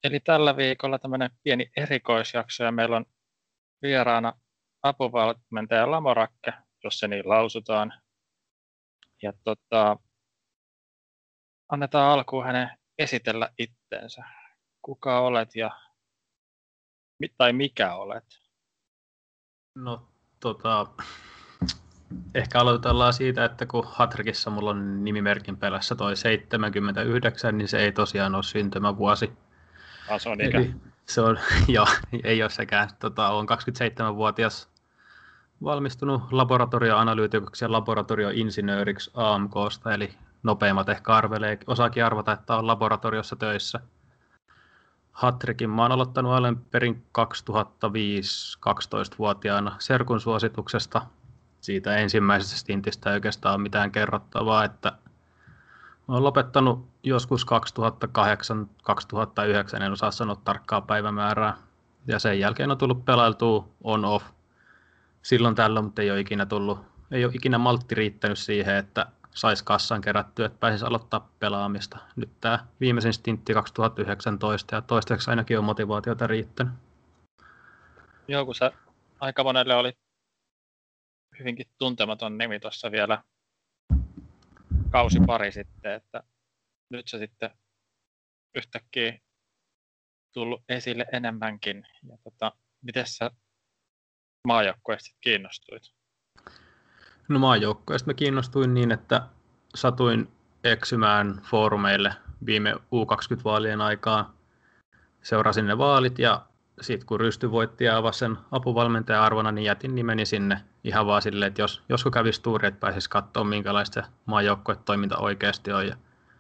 Eli tällä viikolla tämmöinen pieni erikoisjakso ja meillä on vieraana apuvalmentaja Lamorakke, jos se niin lausutaan. Ja annetaan alkuun hänen esitellä itteensä. Kuka olet tai mikä olet? No ehkä aloitellaan siitä, että kun Hattrickissa mulla on nimimerkin perässä toi 79, niin se ei tosiaan ole syntymävuosi. Se on ikä. Eli se on, joo, ei ole sekään. Olen 27-vuotias valmistunut laboratorioanalyytikoksi ja laboratorioinsinööriksi AMKsta, eli nopeimmat ehkä arvelee. Osaakin arvata, että on laboratoriossa töissä. Hattrickin mä oon aloittanut alun perin 2005 12-vuotiaana serkun suosituksesta. Siitä ensimmäisestä stintistä ei oikeastaan ole mitään kerrottavaa, että mä oon lopettanut joskus 2008-2009, en osaa sanoa tarkkaa päivämäärää. Ja sen jälkeen on tullut pelailtua on-off silloin tällöin, mutta ei ole ikinä maltti riittänyt siihen, että saisi kassan kerättyä, että pääsisi aloittaa pelaamista. Nyt tämä viimeisin stintti 2019 ja toistaiseksi ainakin on motivaatiota riittänyt. Joo, kun sä aika monelle oli hyvinkin tuntematon nimi tuossa vielä kausi pari sitten, että nyt se sitten yhtäkkiä tullut esille enemmänkin. Ja miten sä maajoukkueesta kiinnostuit? No maajoukkueesta mä kiinnostuin niin, että satuin eksymään foorumeille viime U20-vaalien aikaa. Seurasin ne vaalit ja sitten kun Rysty voitti ja avasi sen apuvalmentaja-arvona, niin jätin nimeni sinne ihan vaan silleen, että josko kävisi tuuri, että pääsisi katsoa minkälaista se maajoukkuetoiminta oikeasti on. Ja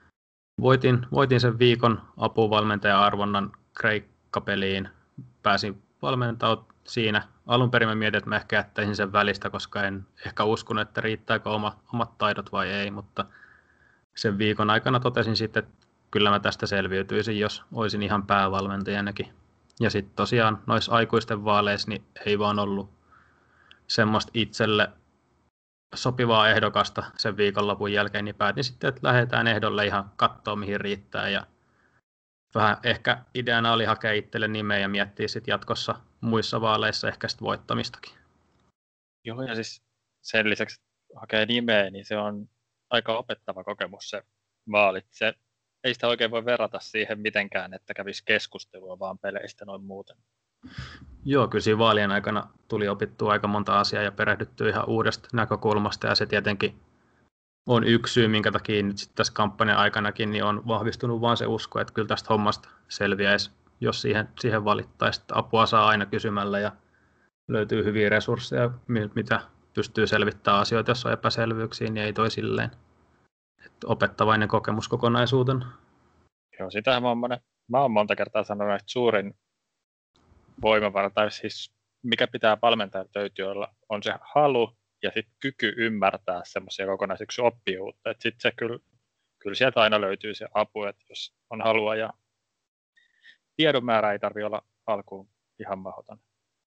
voitin sen viikon apuvalmentaja-arvonnan Kreikka-peliin. Pääsin valmentamaan siinä. Alun perin mä mietin, että mä ehkä jättäisin sen välistä, koska en ehkä uskonut, että riittääkö omat taidot vai ei, mutta sen viikon aikana totesin sitten, että kyllä mä tästä selviytyisin, jos olisin ihan päävalmentajanakin. Ja sitten tosiaan noissa aikuisten vaaleissa niin ei vaan ollut semmoista itselle sopivaa ehdokasta sen viikonlopun jälkeen, niin päätin sitten, että lähdetään ehdolle ihan katsoa mihin riittää. Ja vähän ehkä ideana oli hakea itselle nimeä ja miettiä sitten jatkossa muissa vaaleissa ehkä sitten voittamistakin. Joo, ja siis sen lisäksi hakee nimeä, niin se on aika opettava kokemus se vaalit. Ei sitä oikein voi verrata siihen mitenkään, että kävisi keskustelua vaan peleistä noin muuten. Joo, kyllä siinä vaalien aikana tuli opittua aika monta asiaa ja perehdyttyä ihan uudesta näkökulmasta, ja se tietenkin on yksi syy, minkä takia nyt sitten tässä kampanjan aikanakin niin on vahvistunut vaan se usko, että kyllä tästä hommasta selviäisi, jos siihen valittaisi. Apua saa aina kysymällä ja löytyy hyviä resursseja, mitä pystyy selvittämään asioita, jos on epäselvyyksiä, niin ei toi silleen. Että opettavainen kokemus kokonaisuutena. Joo, sitähän mä oon monta kertaa sanonut, että suurin voimavara, tai siis mikä pitää valmentajalta löytyä olla, on se halu ja sitten kyky ymmärtää semmoisia kokonaisuuksia oppijuutta. Että sitten se kyllä sieltä aina löytyy se apu, että jos on halua ja tiedon määrä ei tarvitse olla alkuun ihan mahdoton.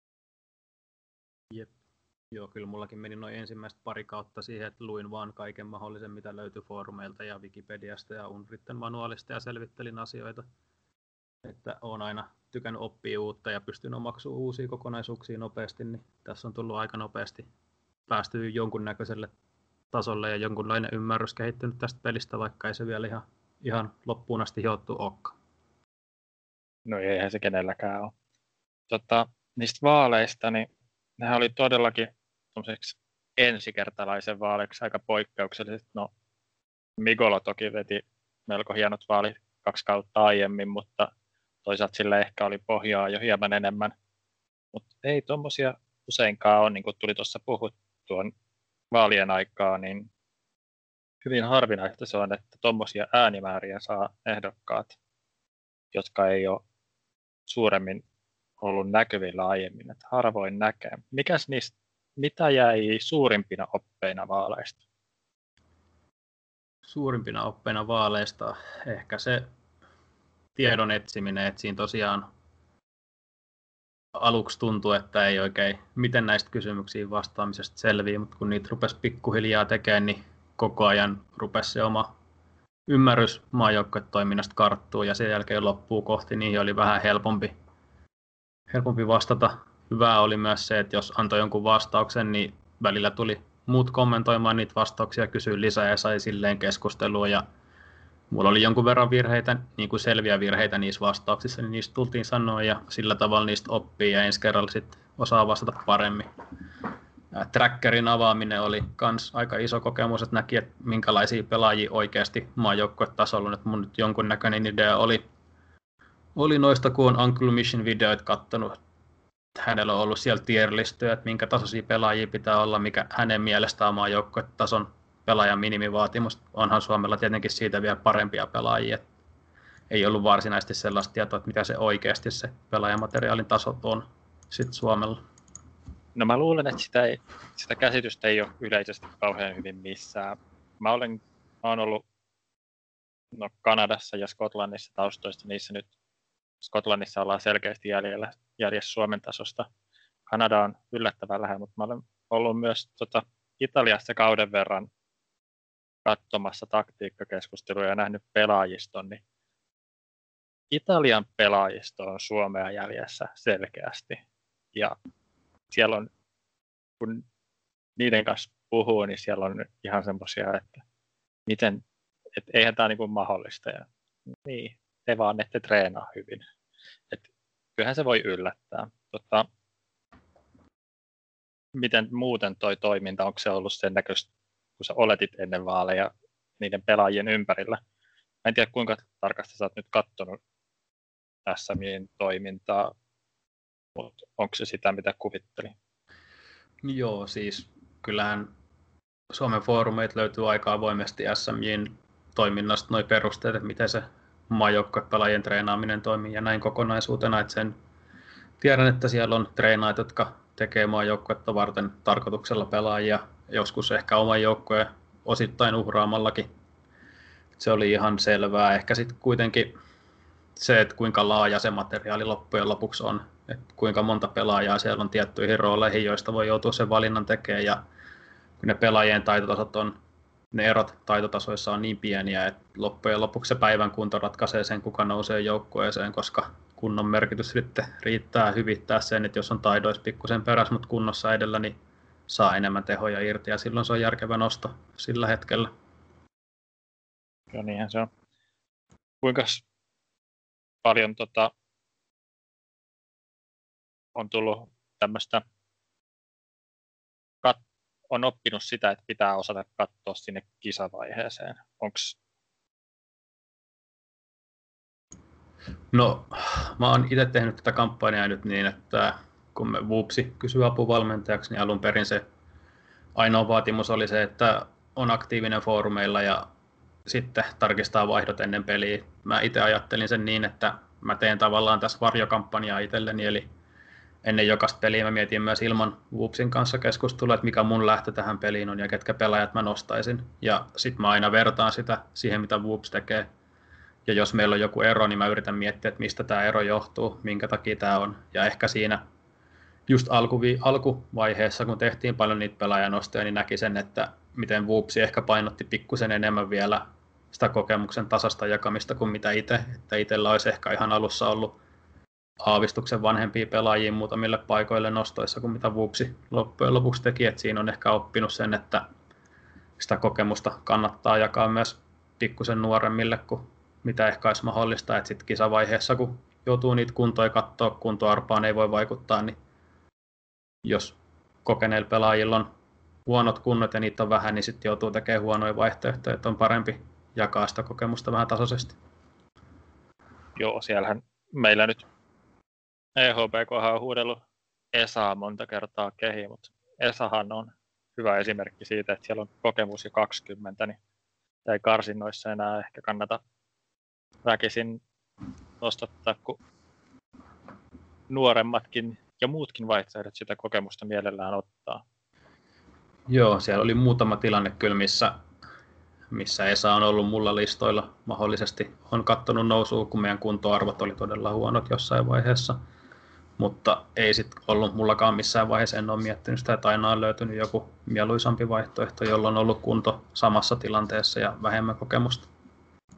Jep. Joo, kyllä mullakin meni noin ensimmäistä pari kautta siihen, että luin vaan kaiken mahdollisen, mitä löytyi foorumeilta ja Wikipediasta ja Unritten manuaalista ja selvittelin asioita. Että olen aina tykännyt oppia uutta ja pystyn omaksumaan uusia kokonaisuuksia nopeasti, niin tässä on tullut aika nopeasti päästyä jonkunnäköiselle tasolle ja jonkunlainen ymmärrys kehittynyt tästä pelistä, vaikka ei se vielä ihan loppuun asti hiottu olekaan. No eihän se kenelläkään ole. Niistä vaaleista, niin nehän oli todellakin ensikertalaisen vaaleiksi aika poikkeukselliset. No, Migolo toki veti melko hienot vaalit 2 kautta aiemmin, mutta toisaalta sillä ehkä oli pohjaa jo hieman enemmän. Mutta ei tuommoisia useinkaan ole, niin kuin tuli tuossa puhuttuun vaalien aikaa, niin hyvin harvinaista se on, että tuommoisia äänimääriä saa ehdokkaat, jotka ei ole suuremmin ollut näkyvillä aiemmin, että harvoin näkee. Mitä jäi suurimpina oppeina vaaleista? Suurimpina oppeina vaaleista ehkä se tiedon etsiminen, että siinä tosiaan aluksi tuntui, että ei oikein miten näistä kysymyksiin vastaamisesta selviä, mutta kun niitä rupesi pikkuhiljaa tekemään, niin koko ajan rupesi se oma ymmärrys maajoukkuetoiminnasta karttuu ja sen jälkeen loppuu kohti, niihin oli vähän helpompi vastata. Hyvää oli myös se, että jos antoi jonkun vastauksen, niin välillä tuli muut kommentoimaan niitä vastauksia, kysyi lisää ja sai silleen keskustelua. Ja mulla oli jonkun verran virheitä, niin kuin selviä virheitä niissä vastauksissa, niin niistä tultiin sanoa ja sillä tavalla niistä oppii ja ensi kerralla sitten osaa vastata paremmin. Trackerin avaaminen oli myös aika iso kokemus, että näki, että minkälaisia pelaajia oikeasti maajoukkuetasolla. Nyt mun nyt jonkunnäköinen idea oli noista, kun on Uncle Mission videoita kattonut. Hänellä on ollut siellä tierlistoja, että minkä tasoisia pelaajia pitää olla, mikä hänen mielestään on maajoukkuetason pelaajan minimivaatimus. Onhan Suomella tietenkin siitä vielä parempia pelaajia. Ei ollut varsinaisesti sellaista tietoa, että mitä se oikeasti se pelaajamateriaalin taso on sitten Suomella. No mä luulen, että sitä käsitystä ei ole yleisesti kauhean hyvin missään. Mä oon ollut Kanadassa ja Skotlannissa taustoista, niissä nyt Skotlannissa ollaan selkeästi jäljessä Suomen tasosta. Kanada on yllättävän lähellä, mutta mä olen ollut myös Italiassa kauden verran katsomassa taktiikkakeskusteluja ja nähnyt pelaajiston, niin Italian pelaajisto on Suomea jäljessä selkeästi. Ja siellä on, kun niiden kanssa puhuu, niin siellä on ihan semmoisia, että eihän tämä niin mahdollista. Ja, niin, te vaan ette treenaa hyvin. Kyllähän se voi yllättää. Miten muuten toi toiminta, onko se ollut sen näköistä, kun sä oletit ennen vaaleja niiden pelaajien ympärillä? Mä en tiedä, kuinka tarkasti sä oot nyt katsonut SMJ:n toimintaa, mutta onko se sitä, mitä kuvittelin? Joo, siis kyllähän Suomen foorumeita löytyy aika avoimesti SMJ:n toiminnasta nuo perusteet, että miten se maajoukkuepelaajien treenaaminen toimii ja näin kokonaisuutena. Että sen tiedän, että siellä on treenaajat, jotka tekee maajoukkuetta varten tarkoituksella pelaajia, joskus ehkä oman joukkueen osittain uhraamallakin. Se oli ihan selvää. Ehkä sitten kuitenkin se, että kuinka laaja se materiaali loppujen lopuksi on, että kuinka monta pelaajaa siellä on tiettyihin rooleihin, joista voi joutua sen valinnan tekemään, ja kun ne pelaajien taitotasot on, ne erot taitotasoissa on niin pieniä, että loppujen lopuksi se päivän kunto ratkaisee sen, kuka nousee joukkueeseen, koska kunnon merkitys sitten riittää hyvittää sen, että jos on taidoissa pikkusen perässä, mutta kunnossa edellä, niin saa enemmän tehoja irti, ja silloin se on järkevä nosto sillä hetkellä. Joo, niinhän se on. Kuinka paljon on tullut tämmöistä, on oppinut sitä, että pitää osata katsoa sinne kisavaiheeseen. No, mä oon itse tehnyt tätä kampanjaa nyt niin, että kun me Woopsi kysyi apuvalmentajaksi, niin alun perin se ainoa vaatimus oli se, että on aktiivinen foorumeilla ja sitten tarkistaa vaihdot ennen peliä. Mä itse ajattelin sen niin, että mä teen tavallaan tässä varjokampanjaa itselleni, eli ennen jokaista peliä mä mietin myös ilman Woopsin kanssa keskustelua, että mikä mun lähtö tähän peliin on ja ketkä pelaajat mä nostaisin. Ja sitten mä aina vertaan sitä siihen, mitä Woops tekee. Ja jos meillä on joku ero, niin mä yritän miettiä, että mistä tämä ero johtuu, minkä takia tämä on. Ja ehkä siinä just alkuvaiheessa, kun tehtiin paljon niitä pelaajanostoja, niin näki sen, että miten Woopsi ehkä painotti pikkusen enemmän vielä sitä kokemuksen tasasta jakamista kuin mitä itse. Että itsellä olisi ehkä ihan alussa ollut aavistuksen vanhempia pelaajia muutamille paikoille nostoissa kuin mitä Woopsi loppujen lopuksi teki. Että siinä on ehkä oppinut sen, että sitä kokemusta kannattaa jakaa myös pikkusen nuoremmille kuin mitä ehkä olisi mahdollista. Että sitten kisavaiheessa, kun joutuu niitä kuntoja katsoa, kuntoarpaan ei voi vaikuttaa, niin jos kokeneilla pelaajilla on huonot kunnot ja niitä on vähän, niin sitten joutuu tekemään huonoja vaihtoehtoja, että on parempi jakaa sitä kokemusta vähän tasaisesti. Joo, siellähän meillä nyt EHPK on huudellut Esaa monta kertaa kehiin, mutta Esahan on hyvä esimerkki siitä, että siellä on kokemus jo 20, niin ei karsinnoissa enää ehkä kannata väkisin nostattaa, kun nuoremmatkin ja muutkin vaihtoehdot sitä kokemusta mielellään ottaa. Joo, siellä oli muutama tilanne kyllä, missä Esa on ollut mulla listoilla mahdollisesti. On kattonut nousua, kun meidän kuntoarvot oli todella huonot jossain vaiheessa. Mutta ei sitten ollut mullakaan missään vaiheessa, en ole miettinyt sitä, että aina on löytynyt joku mieluisampi vaihtoehto, jolla on ollut kunto samassa tilanteessa ja vähemmän kokemusta.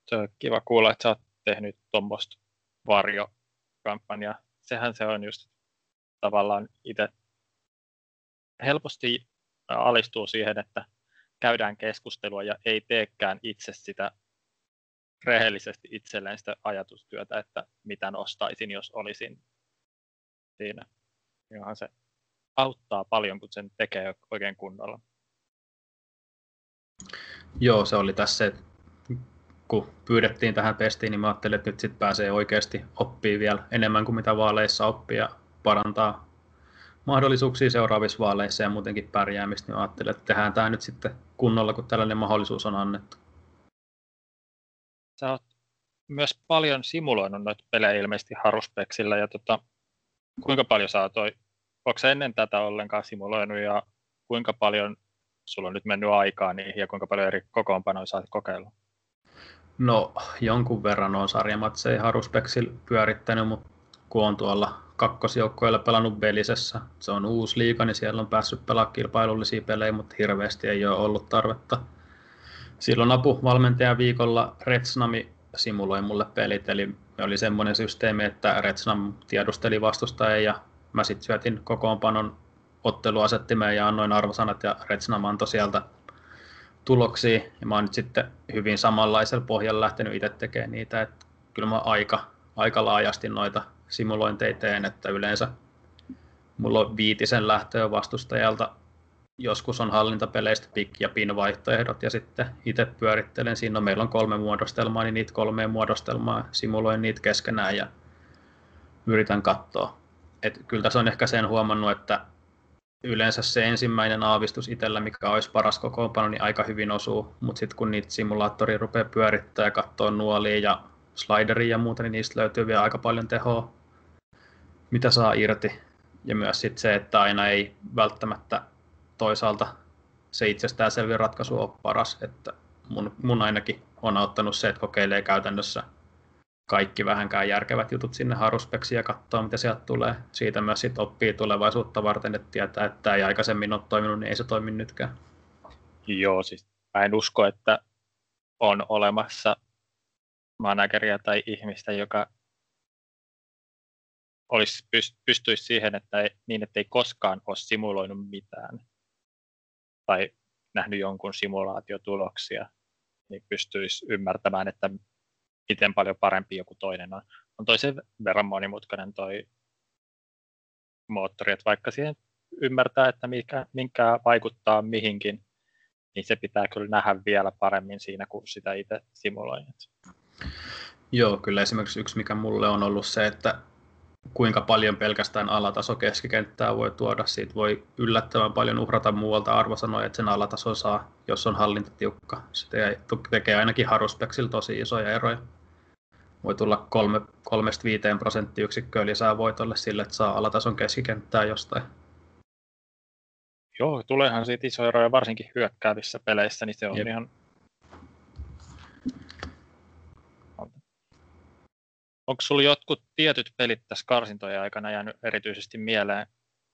Se on kiva kuulla, että sä oot tehnyt tuommoista varjokampanjaa. Sehän se on just tavallaan itse helposti alistuu siihen, että käydään keskustelua ja ei teekään itse sitä rehellisesti itselleen sitä ajatustyötä, että mitä nostaisin, jos olisin siinä. Johan se auttaa paljon, kun sen tekee oikein kunnolla. Joo, se oli tässä, että kun pyydettiin tähän testiin, niin mä ajattelin, että nyt sitten pääsee oikeasti oppimaan vielä enemmän kuin mitä vaaleissa oppii ja parantaa mahdollisuuksia seuraavissa vaaleissa ja muutenkin pärjäämistä, niin ajattelin, että tehdään tämä nyt sitten kunnolla, kun tällainen mahdollisuus on annettu. Sä oot myös paljon simuloinut noita pelejä ilmeisesti Haruspexillä ja kuinka paljon onko sä ennen tätä ollenkaan simuloinut ja kuinka paljon sulla on nyt mennyt aikaa niihin ja kuinka paljon eri kokoonpanoja sä oot kokeillut? No jonkun verran on sarjamatseja Haruspexillä pyörittänyt, mutta kun on tuolla kakkosjoukkoilla pelannut Belisessä, se on uusi liiga, niin siellä on päässyt pelaamaan kilpailullisia pelejä, mutta hirveästi ei ole ollut tarvetta. Silloin apuvalmentajan viikolla Retsnami simuloi mulle pelit, eli oli semmoinen systeemi, että Retsnam tiedusteli vastustajia ja mä sitten syötin kokoonpanon otteluasettimeen ja annoin arvosanat ja Retsnam antoi sieltä tuloksia. Ja mä oon nyt sitten hyvin samanlaisella pohjalla lähtenyt itse tekemään niitä, että kyllä mä aika laajasti noita simulointeja teen, että yleensä mulla on 5 lähtöä vastustajalta. Joskus on hallintapeleistä pick- ja pin-vaihtoehdot ja sitten itse pyörittelen. Siinä meillä on 3 muodostelmaa, niin niitä 3 muodostelmaa simuloin niitä keskenään ja yritän katsoa. Et kyllä tässä on ehkä sen huomannut, että yleensä se ensimmäinen aavistus itsellä, mikä olisi paras kokoonpano, niin aika hyvin osuu. Mutta sitten kun niitä simulaattoria rupeaa pyörittämään ja katsoo nuolia ja slideria ja muuta, niin niistä löytyy vielä aika paljon tehoa, mitä saa irti. Ja myös sit se, että aina ei välttämättä toisaalta se itsestäänselvin ratkaisu on paras, että mun ainakin on auttanut se, että kokeilee käytännössä kaikki vähänkään järkevät jutut sinne Haruspexiin ja katsoo, mitä sieltä tulee. Siitä myös sit oppii tulevaisuutta varten, että tietää, että tämä ei aikaisemmin ole toiminut, niin ei se toimi nytkään. Joo, siis mä en usko, että on olemassa manageria tai ihmistä, joka pystyisi siihen, että ei koskaan ole simuloinut mitään tai nähnyt jonkun simulaatiotuloksia, niin pystyisi ymmärtämään, että miten paljon parempi joku toinen on. On toisen verran monimutkainen toi moottori, että vaikka siihen ymmärtää, että minkä vaikuttaa mihinkin, niin se pitää kyllä nähdä vielä paremmin siinä, kun sitä itse simuloi. Joo, kyllä esimerkiksi yksi, mikä mulle on ollut se, että kuinka paljon pelkästään alataso keskikenttää voi tuoda. Siitä voi yllättävän paljon uhrata muualta arvosanoja, että sen alataso saa, jos on hallinta tiukka. Se tekee ainakin Haruspexilla tosi isoja eroja. Voi tulla 3-5% lisää voitolle sille, että saa alatason keskikenttää jostain. Joo, tuleehan siitä isoja eroja, varsinkin hyökkäävissä peleissä, niin se on ihan... Onko sulla jotkut tietyt pelit tässä karsintojen aikana jäänyt erityisesti mieleen?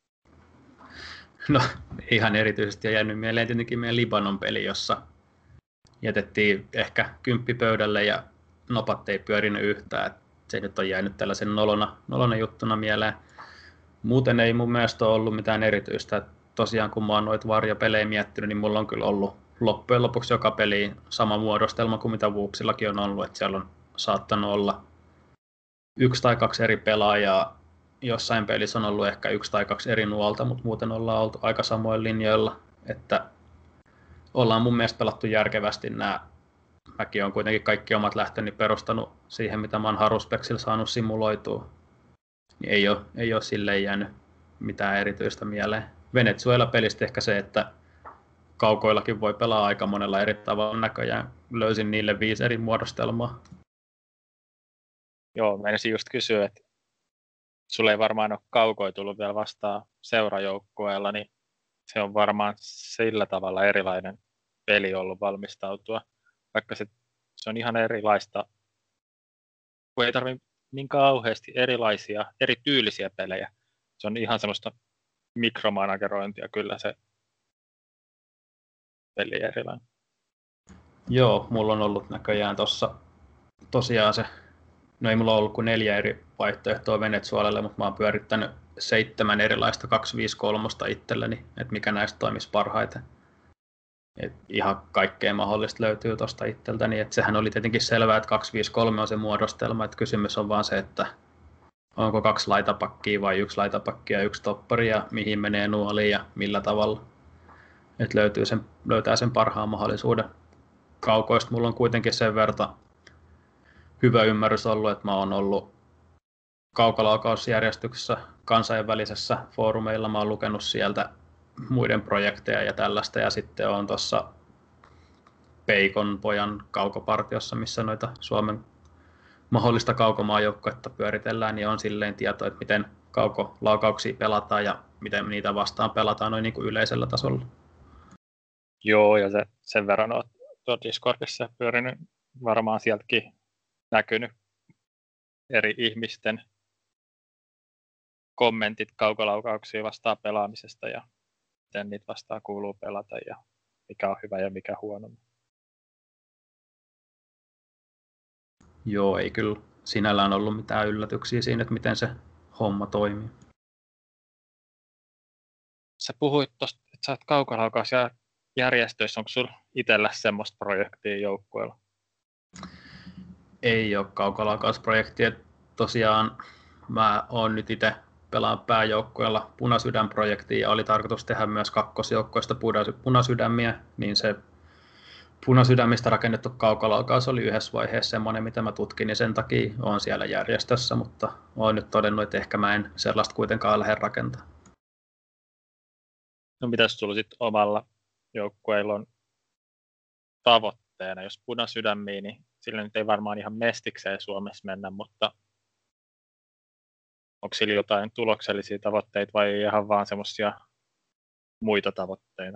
No, ihan erityisesti on jäänyt mieleen tietenkin meidän Libanon-peli, jossa jätettiin ehkä 10 pöydälle ja nopat ei pyörinyt yhtään. Se nyt on jäänyt tällaisen nolona juttuna mieleen. Muuten ei mun mielestä ole ollut mitään erityistä. Tosiaan kun mä oon noita varjopelejä miettinyt, niin mulla on kyllä ollut loppujen lopuksi joka peliin sama muodostelma kuin mitä Whoopsillakin on ollut. Että siellä on saattanut olla 1 tai 2 eri pelaajaa. Jossain pelissä on ollut ehkä 1 tai 2 eri nuolta, mutta muuten ollaan oltu aika samoilla linjoilla. Että ollaan mun mielestä pelattu järkevästi nämä. Mäkin olen kuitenkin kaikki omat lähtöni perustanut siihen, mitä mä oon Haruspexilla saanut simuloitua. Niin ei ole silleen jäänyt mitään erityistä mieleen. Venezuela-pelistä ehkä se, että kaukoillakin voi pelaa aika monella eri tavalla näköjään. Löysin niille 5 eri muodostelmaa. Joo, meinasin just kysyä, että sulle ei varmaan ole kaukoja tullut vielä vastaan seurajoukkueella, niin se on varmaan sillä tavalla erilainen peli ollut valmistautua. Vaikka se on ihan erilaista, kun ei tarvitse niin kauheasti erilaisia, erityylisiä pelejä. Se on ihan semmoista mikromanagerointia kyllä se peli erilainen. Joo, mulla on ollut näköjään tuossa tosiaan no ei mulla ollut kuin 4 eri vaihtoehtoa Venezuelalle, mutta mä oon pyörittänyt 7 erilaista 253 itselleni, että mikä näistä toimisi parhaiten. Et ihan kaikkea mahdollista löytyy tuosta itseltäni, että sehän oli tietenkin selvää, että 253 on se muodostelma, että kysymys on vaan se, että onko 2 laitapakkia vai 1 laitapakki ja 1 toppari ja mihin menee nuoli ja millä tavalla. Että löytää sen parhaan mahdollisuuden. Kaukoista mulla on kuitenkin sen verran hyvä ymmärrys ollut, että mä oon ollut kaukolaukausjärjestyksessä kansainvälisessä foorumeilla. Mä oon lukenut sieltä muiden projekteja ja tällaista, ja sitten on tuossa Peikon pojan kaukopartiossa, missä noita Suomen mahdollista kaukomaajoukkuetta pyöritellään, niin on silleen tieto, että miten kaukolaukauksia pelataan ja miten niitä vastaan pelataan noin niin kuin yleisellä tasolla. Joo, ja sen verran olet tuolla Discordissa pyörinyt, varmaan sieltäkin näkynyt eri ihmisten kommentit kaukolaukauksia vastaan pelaamisesta ja miten niitä vastaan kuuluu pelata ja mikä on hyvä ja mikä huono. Joo, ei kyllä sinällään ollut mitään yllätyksiä siinä, että miten se homma toimii. Sä puhuit tuosta, että sä oot kaukolaukausjärjestöissä. Onko sulla itsellä semmoista projektia joukkueella? Ei ole kaukolaukausprojektia. Tosiaan mä oon nyt itse pelaan pääjoukkueella Punasydän-projektia ja oli tarkoitus tehdä myös kakkosjoukkoista punasydämiä, niin se punasydämistä rakennettu kaukolaukaus oli yhdessä vaiheessa semmoinen, mitä mä tutkin, niin sen takia olen siellä järjestössä, mutta olen nyt todennut, että ehkä mä en sellaista kuitenkaan lähde rakentamaan. No mitäs sulla sitten omalla joukkueella on tavoitteena? Jos punasydämiä, niin sillä nyt ei varmaan ihan mestikseen Suomessa mennä, mutta onko sillä jotain tuloksellisia tavoitteita vai ihan vaan semmoisia muita tavoitteita?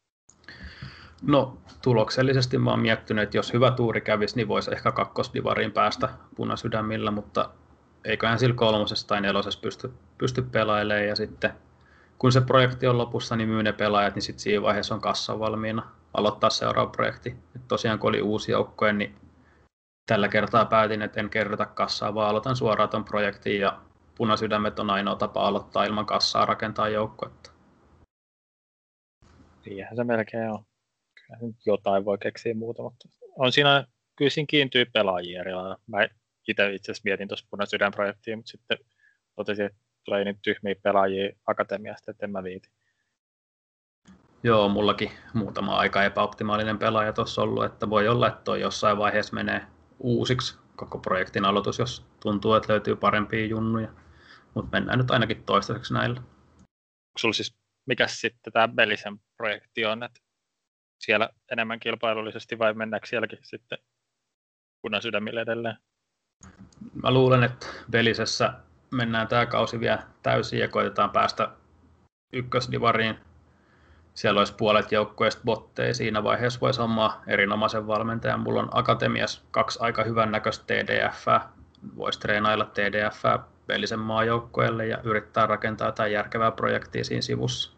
No tuloksellisesti mä oon miettinyt, että jos hyvä tuuri kävisi, niin voisi ehkä kakkosdivariin päästä punasydämillä, mutta eiköhän sillä 3. tai 4. pysty pelailemaan ja sitten kun se projekti on lopussa, niin myy ne pelaajat, niin sitten siinä vaiheessa on kassa valmiina aloittaa seuraava projekti. Et tosiaan kun oli uusi joukkue, niin tällä kertaa päätin, että en kerrytä kassaa, vaan aloitan suoraan ton projektin ja punasydämet on ainoa tapa aloittaa ilman kassaa rakentaa joukkuetta. Siihenhän se melkein on. Kyllä jotain voi keksiä muuta, mutta on siinä kiintyy pelaajia eri lailla. Mä itse asiassa mietin tuossa punasydänprojektia, mutta sitten totesin, että tulee niin tyhmiä pelaajia akatemiasta, että en mä viiti. Joo, mullakin muutama aika epäoptimaalinen pelaaja tuossa ollut, että voi olla, että toi jossain vaiheessa menee uusiksi koko projektin aloitus, jos tuntuu, että löytyy parempia junnuja. Mutta mennään nyt ainakin toistaiseksi näillä. Sulla siis, mikä sitten tämä Belisen projekti on, että siellä enemmän kilpailullisesti vai mennäänkö sielläkin sitten punasydämille edelleen? Mä luulen, että Belisessä mennään tämä kausi vielä täysin ja koitetaan päästä ykkösdivariin. Siellä olisi puolet joukkueista botteja. Siinä vaiheessa voisi hommaa erinomaisen valmentajan. Mulla on akatemiassa 2 aika hyvän näköistä TDF:ää. Voisi treenailla TDF:ää Belisen maajoukkueelle ja yrittää rakentaa jotain järkevää projektia siinä sivussa.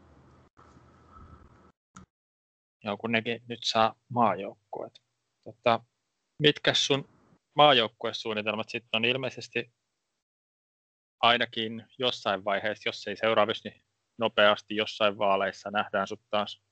Joo, kun nekin nyt saa maajoukkueet. Mitkä sun maajoukkuesuunnitelmat sitten on? Ilmeisesti ainakin jossain vaiheessa, jos ei seuraavissa, niin nopeasti jossain vaaleissa nähdään sut taas.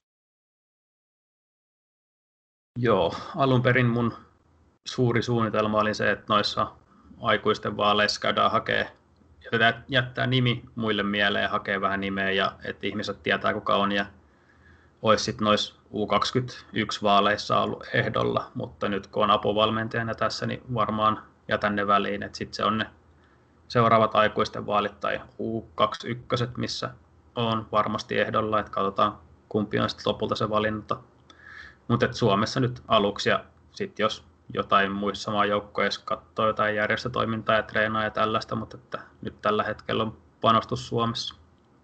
Joo, alun perin mun suuri suunnitelma oli se, että noissa aikuisten vaaleissa käydään jättää nimi muille mieleen ja hakee vähän nimeä ja että ihmiset tietää kuka on ja olisi sitten noissa U21-vaaleissa ollut ehdolla, mutta nyt kun on apuvalmentajana tässä, niin varmaan jätän ne väliin, että sitten se on ne seuraavat aikuisten vaalit tai U21, missä on varmasti ehdolla, että katsotaan kumpi on sitten lopulta se valinta. Mutta Suomessa nyt aluksi ja sitten jos jotain muissa maajoukkoissa katsoo jotain järjestötoimintaa ja treenaa ja tällaista, mutta että nyt tällä hetkellä on panostus Suomessa.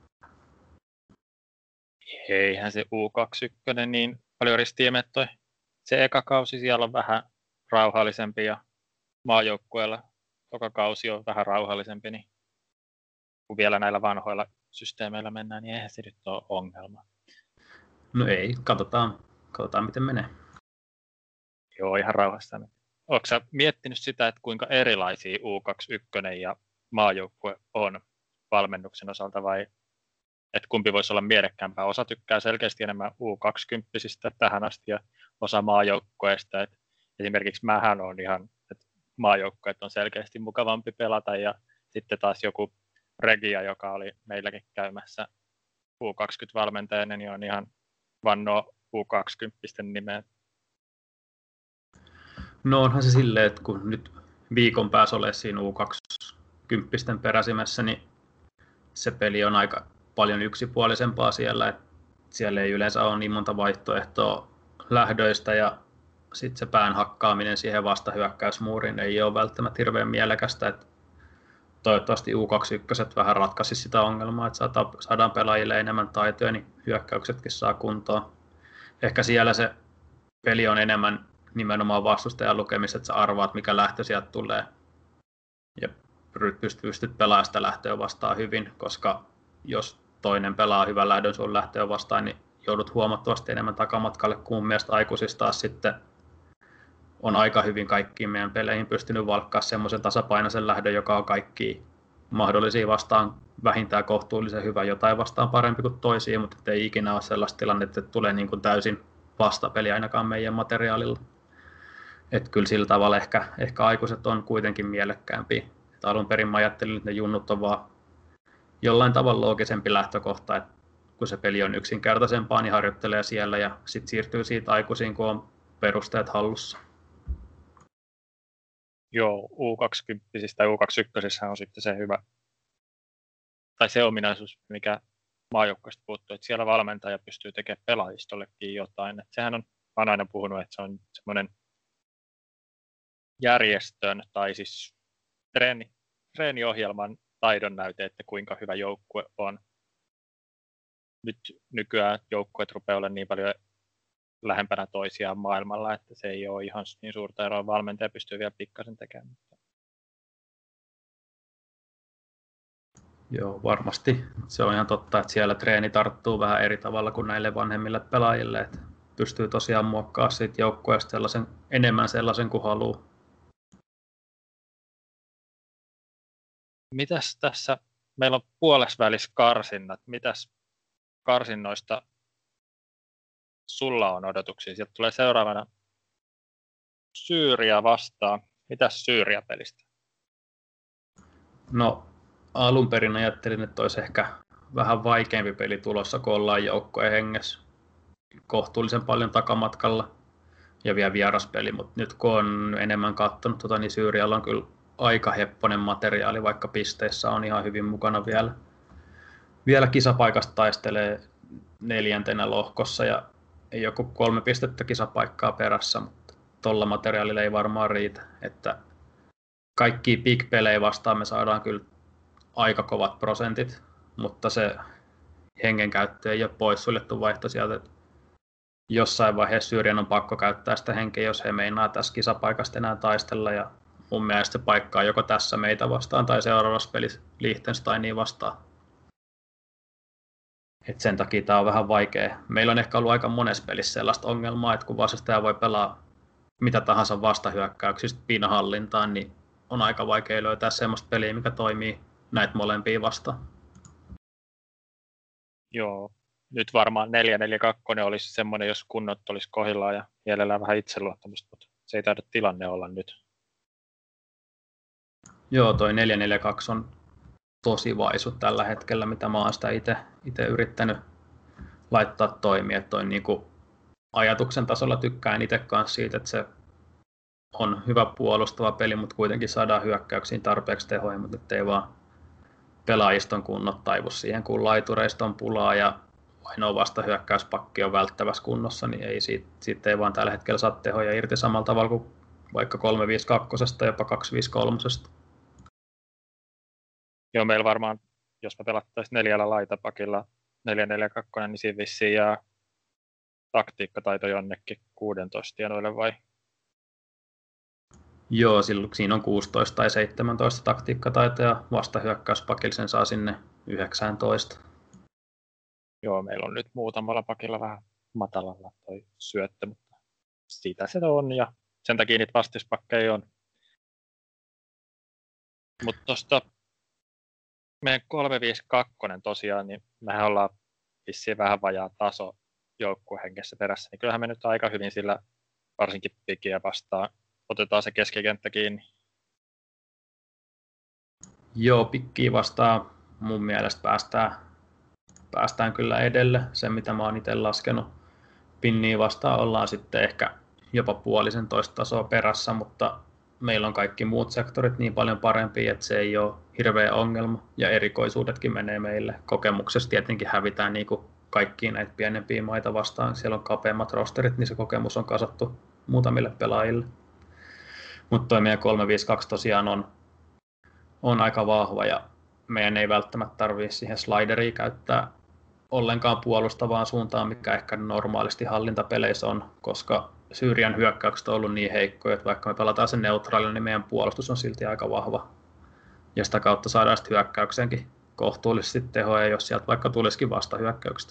Eihän se U21 niin paljon ristiemettoi. Se eka kausi siellä on vähän rauhallisempi ja maajoukkueella toka kausi on vähän rauhallisempi, niin kun vielä näillä vanhoilla systeemeillä mennään, niin eihän se nyt ole ongelma. No ei, katsotaan miten menee. Joo, ihan rauhassa. Oletko sä miettinyt sitä, että kuinka erilaisia U21 ja maajoukkue on valmennuksen osalta, vai että kumpi voisi olla mielekkäämpää? Osa tykkää selkeästi enemmän U20 tähän asti ja osa maajoukkueesta. Esimerkiksi mähän on ihan, että maajoukkueet on selkeästi mukavampi pelata, ja sitten taas joku Regia, joka oli meilläkin käymässä U20-valmentajana, niin on ihan vannoo U20 nimeen. No onhan se silleen, että kun nyt viikon pääsi olemaan siinä U20 peräsimässä, niin se peli on aika paljon yksipuolisempaa siellä, että siellä ei yleensä ole niin monta vaihtoehtoa lähdöistä, ja sitten se pään hakkaaminen siihen vastahyökkäysmuuriin ei ole välttämättä hirveän mielekästä, että toivottavasti U21 vähän ratkaisi sitä ongelmaa, että saadaan pelaajille enemmän taitoja, niin hyökkäyksetkin saa kuntoon. Ehkä siellä se peli on enemmän nimenomaan vastustajan lukemista, että sä arvaat, mikä lähtö sieltä tulee. Ja pystyt pelaamaan sitä lähtöä vastaan hyvin, koska jos toinen pelaa hyvän lähdön sun lähtöä vastaan, niin joudut huomattavasti enemmän takamatkalle, kun mun mielestä aikuisista taas sitten on aika hyvin kaikkiin meidän peleihin pystynyt valkkaa semmoisen tasapainoisen lähdön, joka on kaikki mahdollisia vastaan vähintään kohtuullisen hyvä, jotain vastaan parempi kuin toisia, mutta ei ikinä ole sellaista tilannetta, että tulee niin kuin täysin vastapeli ainakaan meidän materiaalilla. Että kyllä sillä tavalla ehkä aikuiset on kuitenkin mielekkäämpiä. Että alun perin mä ajattelin, että ne junnut on vaan jollain tavalla loogisempi lähtökohta, että kun se peli on yksinkertaisempaa, niin harjoittelee siellä ja sitten siirtyy siitä aikuisiin, kun on perusteet hallussa. Joo, U20 tai U21 on sitten se hyvä, tai se ominaisuus, mikä maajoukkueesta puuttuu, että siellä valmentaja pystyy tekemään pelaajistollekin jotain. Että sehän on, mä oon aina puhunut, että se on semmoinen järjestön tai siis treeniohjelman taidon näyte, että kuinka hyvä joukkue on. Nyt nykyään joukkueet rupeaa olemaan niin paljon lähempänä toisiaan maailmalla, että se ei ole ihan niin suurta eroa. Valmentaja pystyy vielä pikkasen tekemään. Joo, varmasti. Se on ihan totta, että siellä treeni tarttuu vähän eri tavalla kuin näille vanhemmille pelaajille. Että pystyy tosiaan muokkaamaan siitä joukkueesta enemmän sellaisen kuin haluaa. Mitäs tässä, meillä on puolesvälis karsinnat. Mitäs karsinnoista sulla on odotuksia? Sieltä tulee seuraavana Syyria vastaan. Mitäs Syyria-pelistä? No, alun perin ajattelin, että olisi ehkä vähän vaikeampi peli tulossa, kun ollaan joukkojen hengessä kohtuullisen paljon takamatkalla ja vielä vieraspeli, mutta nyt kun on enemmän katsonut, niin Syyrialla on kyllä aika hepponen materiaali, vaikka pisteissä on ihan hyvin mukana vielä kisapaikasta taistelee 4. lohkossa ja ei joku 3 pistettä kisapaikkaa perässä, mutta tuolla materiaalilla ei varmaan riitä, että kaikki big-pelejä vastaan me saadaan kyllä aika kovat prosentit, mutta se hengenkäyttö ei ole poissuljettu vaihto sieltä. Jossain vaiheessa Syyrian on pakko käyttää sitä henkeä, jos he meinaa tässä kisapaikasta enää taistella, ja mun mielestä se paikka on joko tässä meitä vastaan tai seuraavassa pelissä Liechtensteinia vastaan. Et sen takia tämä on vähän vaikea. Meillä on ehkä ollut aika monessa pelissä sellaista ongelmaa, että kun vastustaja voi pelaa mitä tahansa vastahyökkäyksistä pinnahallintaan, niin on aika vaikea löytää sellaista peliä, mikä toimii näitä molempia vastaan. Joo, nyt varmaan 4-4-2 olisi semmoinen, jos kunnot olisi kohdillaan ja mielellään vähän itseluottamusta, mutta se ei taida tilanne olla nyt. Joo, toi 4-4-2 on tosi vaisu tällä hetkellä, mitä mä oon sitä itse yrittänyt laittaa toimia. Toi niinku ajatuksen tasolla tykkään itse kanssa siitä, että se on hyvä puolustava peli, mutta kuitenkin saadaan hyökkäyksiin tarpeeksi tehoja, mutta nyt ei vaan pelaajiston kunnot taivu siihen, kun laitureista on pulaa ja ainoa vastahyökkäyspakki on välttävässä kunnossa, niin ei siitä ei vaan tällä hetkellä saa tehoja irti samalla tavalla kuin vaikka 3-5-2 jopa 2-5-3. Joo, meillä varmaan, jos me pelattaisiin 4 laitapakilla 4-4-2, niin siinä vissiin jää taktiikkataito jonnekin 16 tienoille vai? Joo, siinä on 16 tai 17 taktiikkataito ja vastahyökkäyspakilla sen saa sinne 19. Joo, meillä on nyt muutamalla pakilla vähän matalalla toi syöttö, mutta siitä se on ja sen takia niitä vastuspakkeja on. Mutta tuosta meidän 352 tosiaan, niin mehän ollaan vissiin vähän vajaa taso joukkuehengessä perässä, niin kyllähän me nyt aika hyvin sillä varsinkin pikiä vastaan otetaan se keskikenttä kiinni. Joo, pikkiä vastaan mun mielestä päästään kyllä edelle. Se, mitä mä oon itse laskenut, pinniä vastaan ollaan sitten ehkä jopa puolisen toista tasoa perässä, mutta meillä on kaikki muut sektorit niin paljon parempia, että se ei ole hirveä ongelma, ja erikoisuudetkin menee meille. Kokemuksessa tietenkin hävitään niin kuin kaikkiin näitä pienempiä maita vastaan. Siellä on kapeammat rosterit, niin se kokemus on kasattu muutamille pelaajille. Mutta toi meidän 352 tosiaan on aika vahva, ja meidän ei välttämättä tarvitse siihen slideria käyttää ollenkaan puolustavaan suuntaan, mikä ehkä normaalisti hallintapeleissä on, koska Syyrian hyökkäykset on ollut niin heikkoja, että vaikka me pelataan sen neutraalilla, niin meidän puolustus on silti aika vahva. Ja sitä kautta saadaan sitten hyökkäykseenkin kohtuullisesti tehoja, jos sieltä vaikka tulisikin vastahyökkäykset.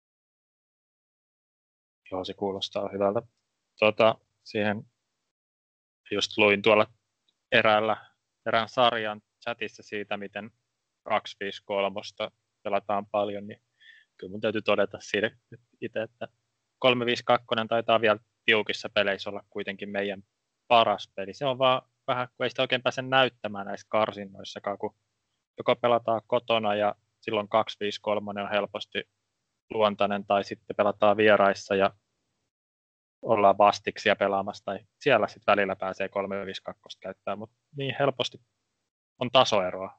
Joo, se kuulostaa hyvältä. Siihen just luin tuolla erään sarjan chatissa siitä, miten 253 pelataan paljon, niin kyllä mun täytyy todeta siitä itse, että 352 taitaa vielä tiukissa peleissä olla kuitenkin meidän paras peli. Se on vaan vähän, kun ei sitä oikein pääse näyttämään näissä karsinnoissakaan, kun joko pelataan kotona ja silloin 253 on helposti luontainen, tai sitten pelataan vieraissa ja ollaan vastiksia pelaamassa, tai siellä sitten välillä pääsee 352 käyttämään, mutta niin helposti on tasoeroa.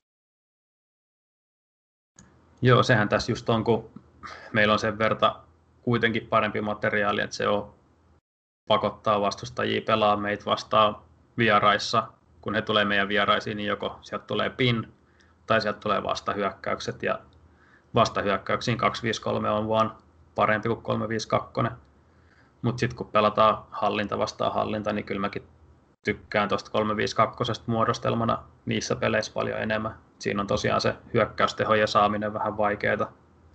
Joo, sehän tässä just on, kun meillä on sen verta kuitenkin parempi materiaali, että se on pakottaa vastustajia pelaa meitä vastaan vieraissa. Kun he tulee meidän vieraisiin, niin joko sieltä tulee pin tai sieltä tulee vastahyökkäykset, ja vastahyökkäyksiin 253 on vaan parempi kuin 352. Mutta sitten kun pelataan hallinta vastaan hallinta, niin kyllä mäkin tykkään tuosta 352 muodostelmana niissä peleissä paljon enemmän. Siinä on tosiaan se hyökkäystehojen saaminen vähän vaikeaa,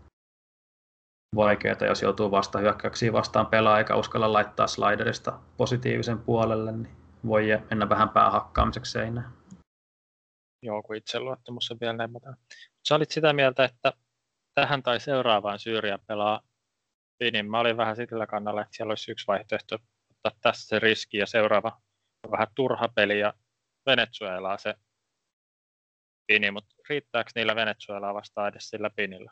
jos joutuu vastahyökkäyksiin vastaan pelaa eikä uskalla laittaa sliderista positiivisen puolelle, niin voi mennä vähän päähakkaamiseksi seinään. Joo, kun itseluottamus on vielä näin. Sä olit sitä mieltä, että tähän tai seuraavaan Syyria pelaa Pinin. Mä olin vähän sillä kannalla, että siellä olisi yksi vaihtoehto ottaa tässä se riski, ja seuraava on vähän turha peli ja Venezuelaa se Pini, mutta riittääkö niillä Venezuelaa vastaan edes sillä Pinillä?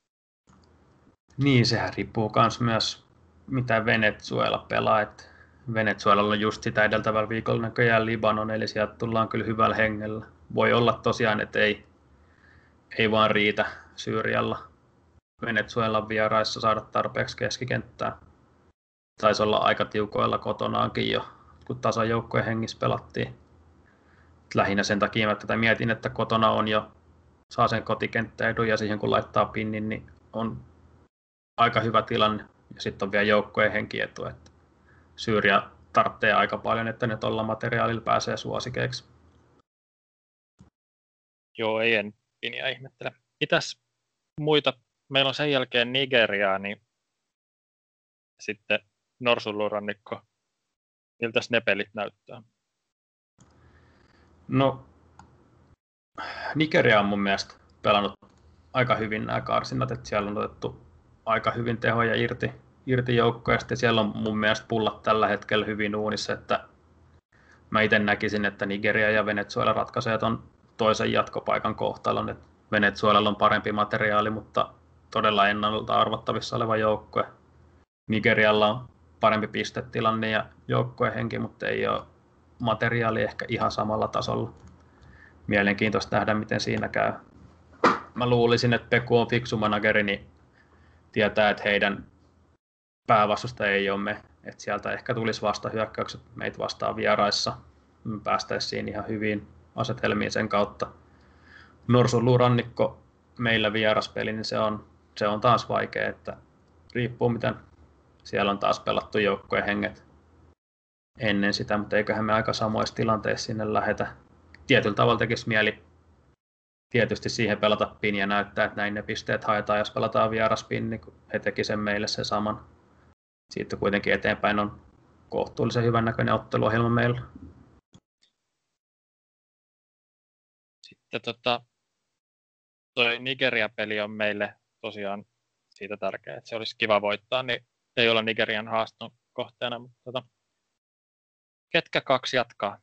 Niin, sehän riippuu myös mitä Venezuela pelaa. Et Venezuelalla on just sitä edeltävällä viikolla näköjään Libanon, eli sieltä tullaan kyllä hyvällä hengellä. Voi olla tosiaan, että ei vaan riitä Syyrialla Venezuelan vieraissa saada tarpeeksi keskikenttää. Taisi olla aika tiukoilla kotonaankin jo, kun tasajoukkojen hengissä pelattiin. Lähinnä sen takia mä tätä mietin, että kotona on jo, saa sen kotikenttäedun, ja siihen kun laittaa pinnin, niin on aika hyvä tilanne. Ja sitten on vielä joukkojen henkietu, että Syyria tarvitsee aika paljon, että ne tuolla materiaalilla pääsee suosikeiksi. Joo, en Pinia ihmettele. Mitäs muita? Meillä on sen jälkeen Nigeriaa, niin sitten Norsunluurannikko. Miltäs ne pelit näyttää? No, Nigeria on mun mielestä pelannut aika hyvin nämä karsinnat, että siellä on otettu aika hyvin tehoja irti joukkoista. Siellä on mun mielestä pullat tällä hetkellä hyvin uunissa, että mä itse näkisin, että Nigeria ja Venezuela ratkaisee ton toisen jatkopaikan kohtalon. Että Venezuelalla on parempi materiaali, mutta todella ennalta arvattavissa oleva joukkue. Nigerialla on parempi pistetilanne ja joukkueen henki, mutta ei ole materiaali ehkä ihan samalla tasolla. Mielenkiintoista nähdä, miten siinä käy. Mä luulisin, että Peku on fiksu manageri, niin tietää, että heidän päävastusta ei ole me. Että sieltä ehkä tulisi vastahyökkäykset meitä vastaan vieraissa. Me päästäisiin siinä ihan hyviin asetelmiin sen kautta. Norsunluurannikko meillä vieraspeli, niin se on taas vaikea, että riippuu miten siellä on taas pelattu joukkojen henget ennen sitä, mutta eiköhän me aika samoissa tilanteissa sinne lähetä. Tietyllä tavalla tekisi mieli tietysti siihen pelata pin ja näyttää, että näin ne pisteet haetaan, jos pelataan vieraspin, niin he teki sen meille sen saman. Siitä kuitenkin eteenpäin on kohtuullisen hyvän näköinen otteluohjelma meillä. Sitten toi Nigeria-peli on meille tosiaan siitä tärkeä, että se olisi kiva voittaa, niin ei olla Nigerian haaston kohteena, mutta ketkä 2 jatkaa?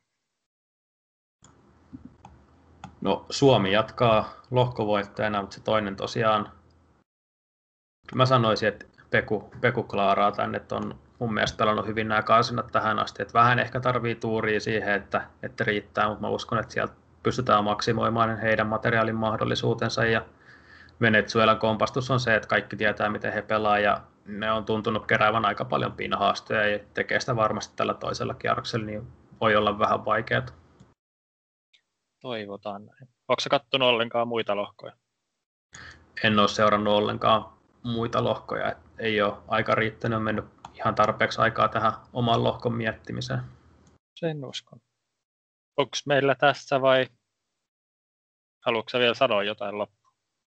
No Suomi jatkaa lohkovoittajana, mutta se toinen tosiaan, mä sanoisin, että Peku klaaraa tänne, että on mun mielestä pelannut hyvin nämä karsinat tähän asti, että vähän ehkä tarvii tuuria siihen, että riittää, mutta mä uskon, että sieltä pystytään maksimoimaan heidän materiaalin mahdollisuutensa ja Venezuelan kompastus on se, että kaikki tietää, miten he pelaa ja ne on tuntunut keräävän aika paljon piinahaastoja ja tekee sitä varmasti tällä toisella kierroksella, niin voi olla vähän vaikeaa. Toivotaan näin. Onko sä kattonut ollenkaan muita lohkoja? En ole seurannut ollenkaan muita lohkoja. Ei ole aika riittänyt, on mennyt ihan tarpeeksi aikaa tähän oman lohkon miettimiseen. Sen uskon. Onko meillä tässä vai haluatko vielä sanoa jotain loppuun?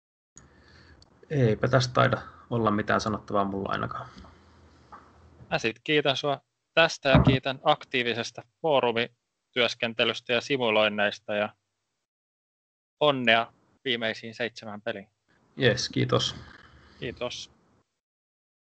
Eipä tästä taida olla mitään sanottavaa mulla ainakaan. Mä sit kiitän sua tästä ja kiitän aktiivisesta foorumityöskentelystä ja simuloinneista ja onnea viimeisiin 7 peliin. Jes, kiitos. Kiitos.